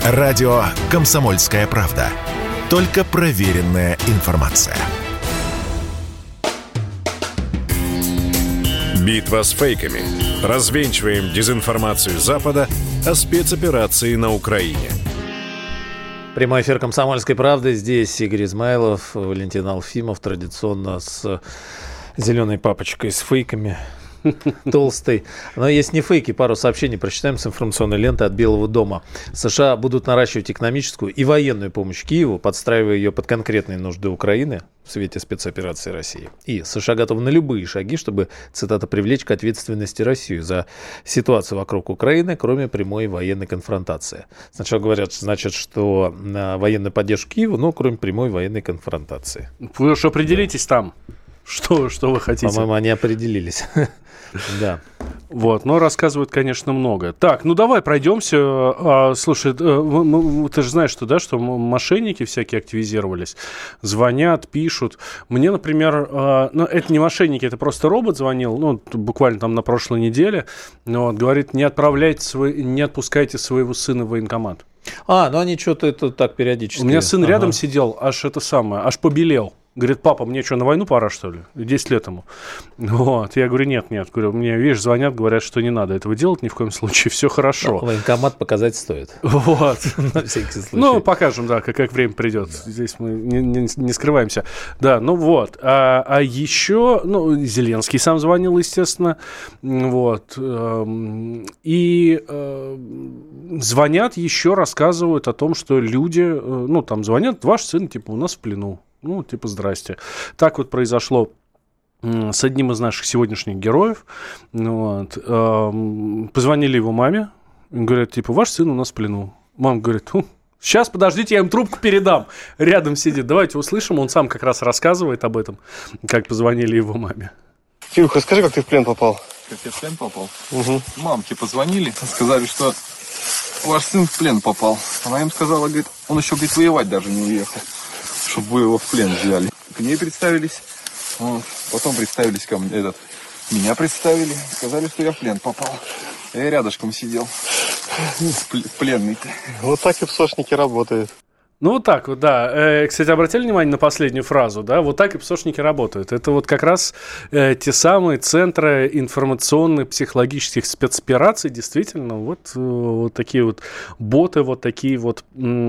Радио «Комсомольская правда». Только проверенная информация. Битва с фейками. Развенчиваем дезинформацию Запада о спецоперации на Украине. Прямой эфир «Комсомольской правды». Здесь Игорь Измайлов, Валентин Алфимов. Традиционно с зеленой папочкой с фейками. Толстый. Но есть не фейки, пару сообщений прочитаем с информационной ленты от Белого дома. США будут наращивать экономическую и военную помощь Киеву, подстраивая ее под конкретные нужды Украины в свете спецоперации России. И США готовы на любые шаги, чтобы, цитата, привлечь к ответственности Россию за ситуацию вокруг Украины, кроме прямой военной конфронтации. Сначала говорят, значит, что на военную поддержку Киеву, но кроме прямой военной конфронтации. Вы уж определитесь там, что вы хотите. По-моему, они определились. Да. Вот, но рассказывают, конечно, много. Так, ну давай пройдемся. Слушай, ты же знаешь, что мошенники всякие активизировались, звонят, пишут. Мне, например, ну это не мошенники, это просто робот звонил, ну буквально там на прошлой неделе, вот, говорит, не отпускайте своего сына в военкомат. Ну они что-то это так периодически. У меня сын рядом сидел, аж побелел. Говорит, папа, мне что, на войну пора, что ли? 10 лет ему. Вот. Я говорю, нет. Говорю, мне, видишь, звонят, говорят, что не надо этого делать ни в коем случае, все хорошо. Военкомат показать стоит. Вот. На всякий случай. Ну, покажем, да, как время придет. Да. Здесь мы не скрываемся. Да, ну вот. А еще, Зеленский сам звонил, естественно. Вот. И звонят еще, рассказывают о том, что люди, там звонят, ваш сын, у нас в плену. Здрасте. Так вот произошло с одним из наших сегодняшних героев. Вот. Позвонили его маме. Говорят, ваш сын у нас в плену. Мама говорит, сейчас, подождите, я им трубку передам. Рядом сидит. Давайте услышим. Он сам как раз рассказывает об этом, как позвонили его маме. Кирюха, скажи, как ты в плен попал? Как я в плен попал? Угу. Мамке позвонили, сказали, что ваш сын в плен попал. Она им сказала, говорит, он еще, воевать даже не уехал, чтобы вы его в плен взяли. К ней представились, потом представились ко мне, меня представили, сказали, что я в плен попал. Я рядышком сидел, пленный-то. Вот так и псошники работают. Вот так вот, да. Кстати, обратили внимание на последнюю фразу, да? Вот так и псошники работают. Это вот как раз те самые центры информационных, психологических спецопераций, действительно, вот такие вот боты, вот такие вот...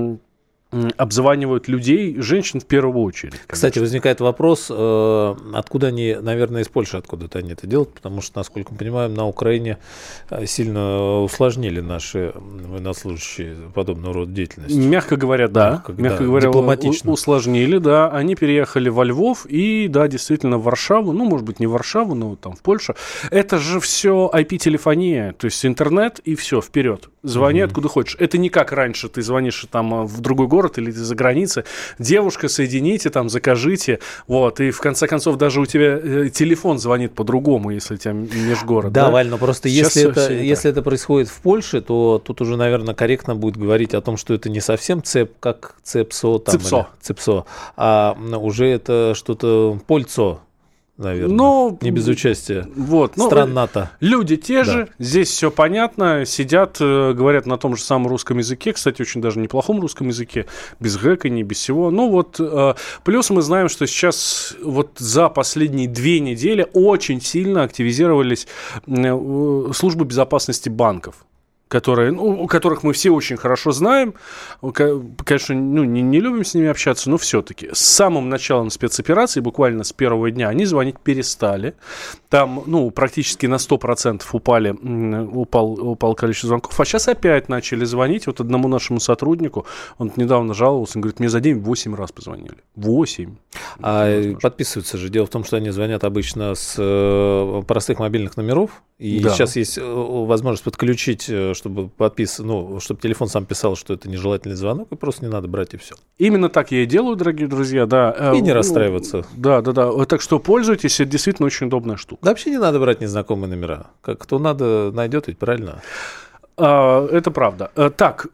обзванивают людей, женщин в первую очередь. Конечно. Кстати, возникает вопрос, откуда они, наверное, из Польши откуда-то они это делают, потому что, насколько мы понимаем, на Украине сильно усложнили наши военнослужащие подобного рода деятельности. Мягко говоря, да. Мягко говоря, дипломатично. Усложнили, да. Они переехали во Львов и, да, действительно, в Варшаву, может быть, не в Варшаву, но там в Польшу. Это же все IP-телефония, то есть интернет и все, вперед. Звони откуда хочешь. Это не как раньше, ты звонишь там в другой город или ты за границей. Девушка, соедините, там, закажите. Вот. И в конце концов даже у тебя телефон звонит по-другому, если у тебя межгород. Да, Валь, но просто если это происходит в Польше, то тут уже, наверное, корректно будет говорить о том, что это не совсем ЦЕП, как ЦЕПСО. ЦЕПСО. А уже это что-то Польцо. Наверное, не без участия стран НАТО. Люди те же, здесь все понятно, сидят, говорят на том же самом русском языке, кстати, очень даже неплохом русском языке, без гэканья, без всего. Плюс мы знаем, что сейчас за последние 2 недели очень сильно активизировались службы безопасности банков. У которых мы все очень хорошо знаем. Конечно, не любим с ними общаться, но все-таки. С самым началом спецоперации, буквально с первого дня, они звонить перестали. Там, практически на 100% упал количество звонков. А сейчас опять начали звонить. Вот одному нашему сотруднику, он недавно жаловался, он говорит, мне за день 8 раз позвонили. 8. Подписываются же. Дело в том, что они звонят обычно с простых мобильных номеров. И сейчас есть возможность подключить, чтобы чтобы телефон сам писал, что это нежелательный звонок, и просто не надо брать, и все. Именно так я и делаю, дорогие друзья, да. И не расстраиваться. Да. Так что пользуйтесь, это действительно очень удобная штука. Да, вообще не надо брать незнакомые номера. Кто надо, найдет, ведь правильно? Это правда. Так,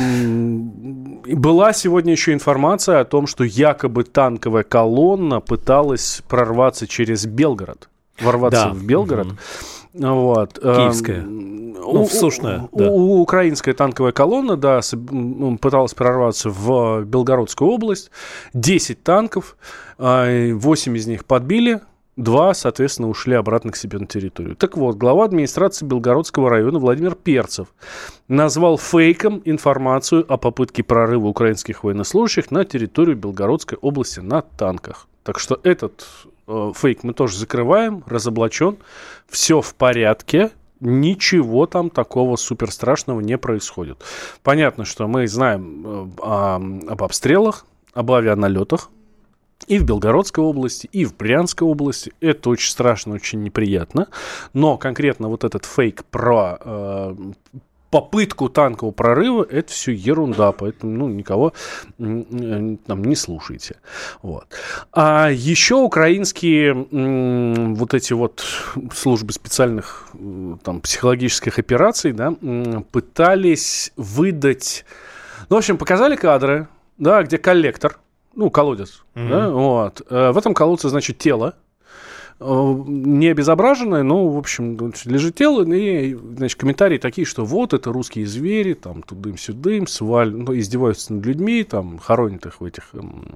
была сегодня еще информация о том, что якобы танковая колонна пыталась прорваться через Белгород, ворваться в Белгород. Вот. Киевская. Сушная, да. Украинская танковая колонна, да, пыталась прорваться в Белгородскую область. 10 танков, 8 из них подбили, 2, соответственно, ушли обратно к себе на территорию. Так вот, глава администрации Белгородского района Владимир Перцев назвал фейком информацию о попытке прорыва украинских военнослужащих на территорию Белгородской области на танках. Так что этот фейк мы тоже закрываем, разоблачен, все в порядке. Ничего там такого супер страшного не происходит. Понятно, что мы знаем об обстрелах, об авианалетах и в Белгородской области, и в Брянской области. Это очень страшно, очень неприятно. Но конкретно вот этот фейк про попытку танкового прорыва, это все ерунда, поэтому никого там не слушайте. Вот. А еще украинские вот эти вот службы специальных там, психологических операций, да, пытались выдать, в общем, показали кадры, да, где коллектор, колодец, да, вот. В этом колодце, значит, тело, не обезображенное, но, в общем, лежит тело, и, значит, комментарии такие, что вот, это русские звери, там, тудым-сюдым, издеваются над людьми, там, хоронят их в этих,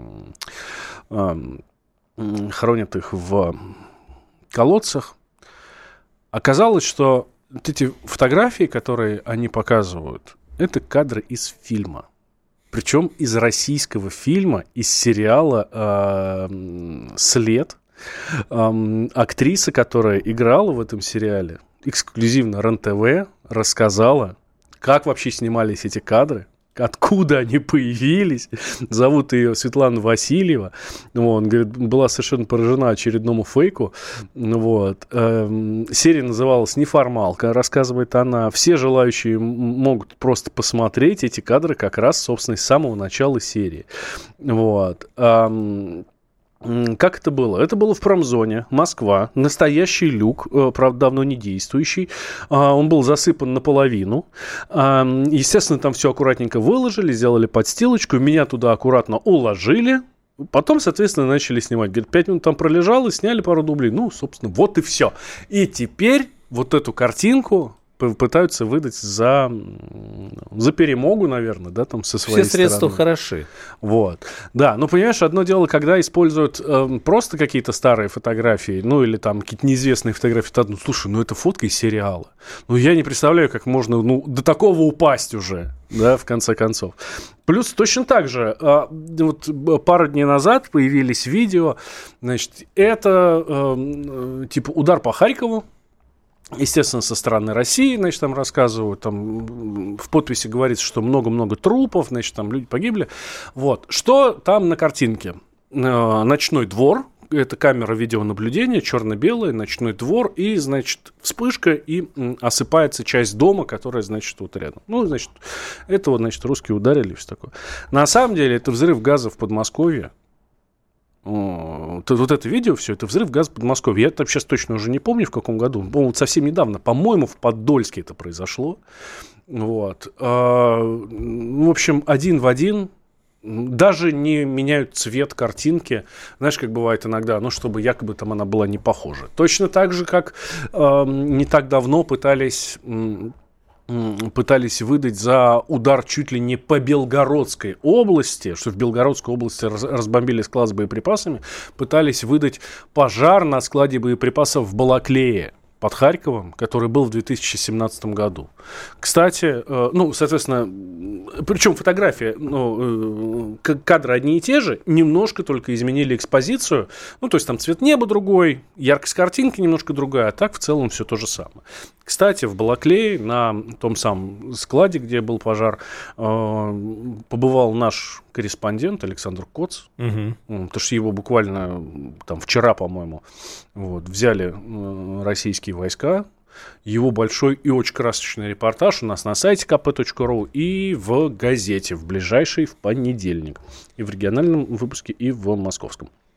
хоронят их в колодцах. Оказалось, что вот эти фотографии, которые они показывают, это кадры из фильма. Причем из российского фильма, из сериала «След». Актриса, которая играла в этом сериале, эксклюзивно РЕН-ТВ рассказала, как вообще снимались эти кадры, откуда они появились. Зовут ее Светлана Васильева. Он говорит, была совершенно поражена очередному фейку. Вот. Серия называлась «Неформалка», рассказывает она. Все желающие могут просто посмотреть эти кадры как раз, собственно, с самого начала серии. Вот. Как это было? Это было в промзоне, Москва, настоящий люк, правда, давно не действующий. Он был засыпан наполовину. Естественно, там все аккуратненько выложили, сделали подстилочку, меня туда аккуратно уложили. Потом, соответственно, начали снимать. Говорит, 5 минут там пролежало, сняли пару дублей. Собственно, вот и все. И теперь вот эту картинку пытаются выдать за перемогу, наверное, да, там со своей стороны. Все средства хороши. Вот. Да, понимаешь, одно дело, когда используют просто какие-то старые фотографии, или там какие-то неизвестные фотографии, слушай, это фотка из сериала. Я не представляю, как можно, до такого упасть уже, да, в конце концов. Плюс точно так же, вот пару дней назад появились видео, значит, это типа удар по Харькову. Естественно, со стороны России, значит, там рассказывают, там в подписи говорится, что много-много трупов, значит, там люди погибли. Вот. Что там на картинке? Ночной двор, это камера видеонаблюдения, черно-белая, ночной двор, и, значит, вспышка, и осыпается часть дома, которая, значит, вот рядом. Значит, это вот, значит, русские ударили, все такое. На самом деле, это взрыв газа в Подмосковье. Вот это видео, все, это взрыв газа в Подмосковье. Я там сейчас точно уже не помню, в каком году. Вот совсем недавно, по-моему, в Подольске это произошло. Вот. В общем, один в один. Даже не меняют цвет картинки. Знаешь, как бывает иногда, чтобы якобы там она была не похожа. Точно так же, как не так давно пытались выдать за удар чуть ли не по Белгородской области, что в Белгородской области разбомбили склад с боеприпасами, пытались выдать пожар на складе боеприпасов в Балаклее под Харьковом, который был в 2017 году. Кстати, соответственно, причем фотографии, кадры одни и те же, немножко только изменили экспозицию, то есть там цвет неба другой, яркость картинки немножко другая, а так в целом все то же самое. Кстати, в Балаклее, на том самом складе, где был пожар, побывал наш корреспондент Александр Коц, потому что его буквально там вчера, по-моему, взяли российские войска. Его большой и очень красочный репортаж у нас на сайте kp.ru и в газете в ближайший в понедельник. И в региональном выпуске, и в московском.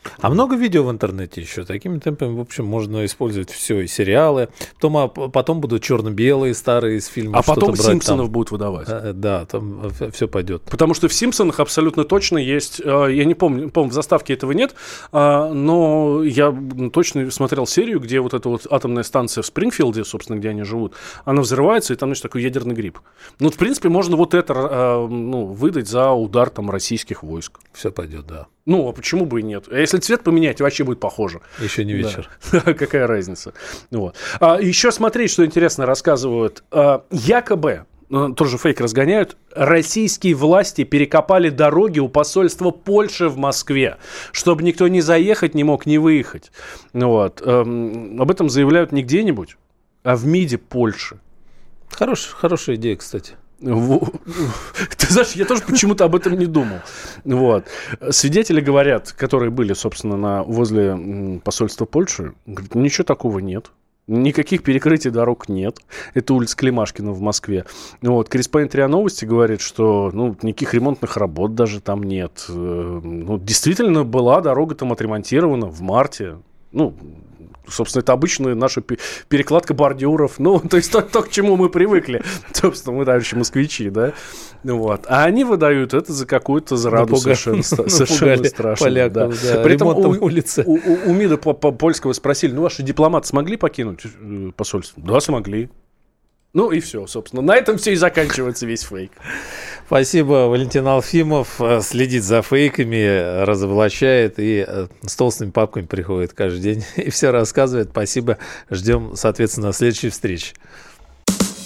А много видео в интернете еще. Такими темпами, в общем, можно использовать все, и сериалы. Потом будут черно-белые старые из фильмов. А потом брать, «Симпсонов» будут выдавать. Да, там все пойдет. Потому что в «Симпсонах» абсолютно точно есть... Я не помню, в заставке этого нет, но я точно смотрел серию, где вот эта вот атомная станция в Спрингфилде, собственно, где они живут, она взрывается, и там, значит, такой ядерный гриб. Ну, в принципе, можно вот это выдать за удар там российских войск. Все пойдет, да. Ну, а почему бы и нет? А если цвет поменять, вообще будет похоже. Еще не вечер. Да. Какая разница? Вот. Еще смотреть, что интересно рассказывают. Якобы, тоже фейк разгоняют, российские власти перекопали дороги у посольства Польши в Москве, чтобы никто не заехать не мог, не выехать. Вот. Об этом заявляют не где-нибудь, а в МИДе Польши. Хорошая идея, кстати. Ты знаешь, я тоже почему-то об этом не думал. Вот. Свидетели говорят, которые были, собственно, возле посольства Польши, говорят, ничего такого нет. Никаких перекрытий дорог нет. Это улица Климашкина в Москве. Вот. Корреспондент РИА Новости говорит, что никаких ремонтных работ даже там нет. Действительно, была дорога там отремонтирована в марте. Собственно, это обычная наша перекладка бордюров. То есть то, к чему мы привыкли. Собственно, мы, товарищи москвичи, да? Вот. А они выдают это за какую-то зараду совершенно страшную. Поляков, да. При этом у МИДа польского спросили, ваши дипломаты смогли покинуть посольство? Да, смогли. И все, собственно. На этом все и заканчивается весь фейк. Спасибо. Валентин Алфимов следит за фейками, разоблачает и с толстыми папками приходит каждый день и все рассказывает. Спасибо. Ждем, соответственно, следующей встречи.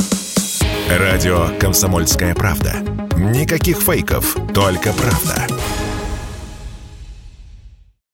Радио «Комсомольская правда». Никаких фейков, только правда.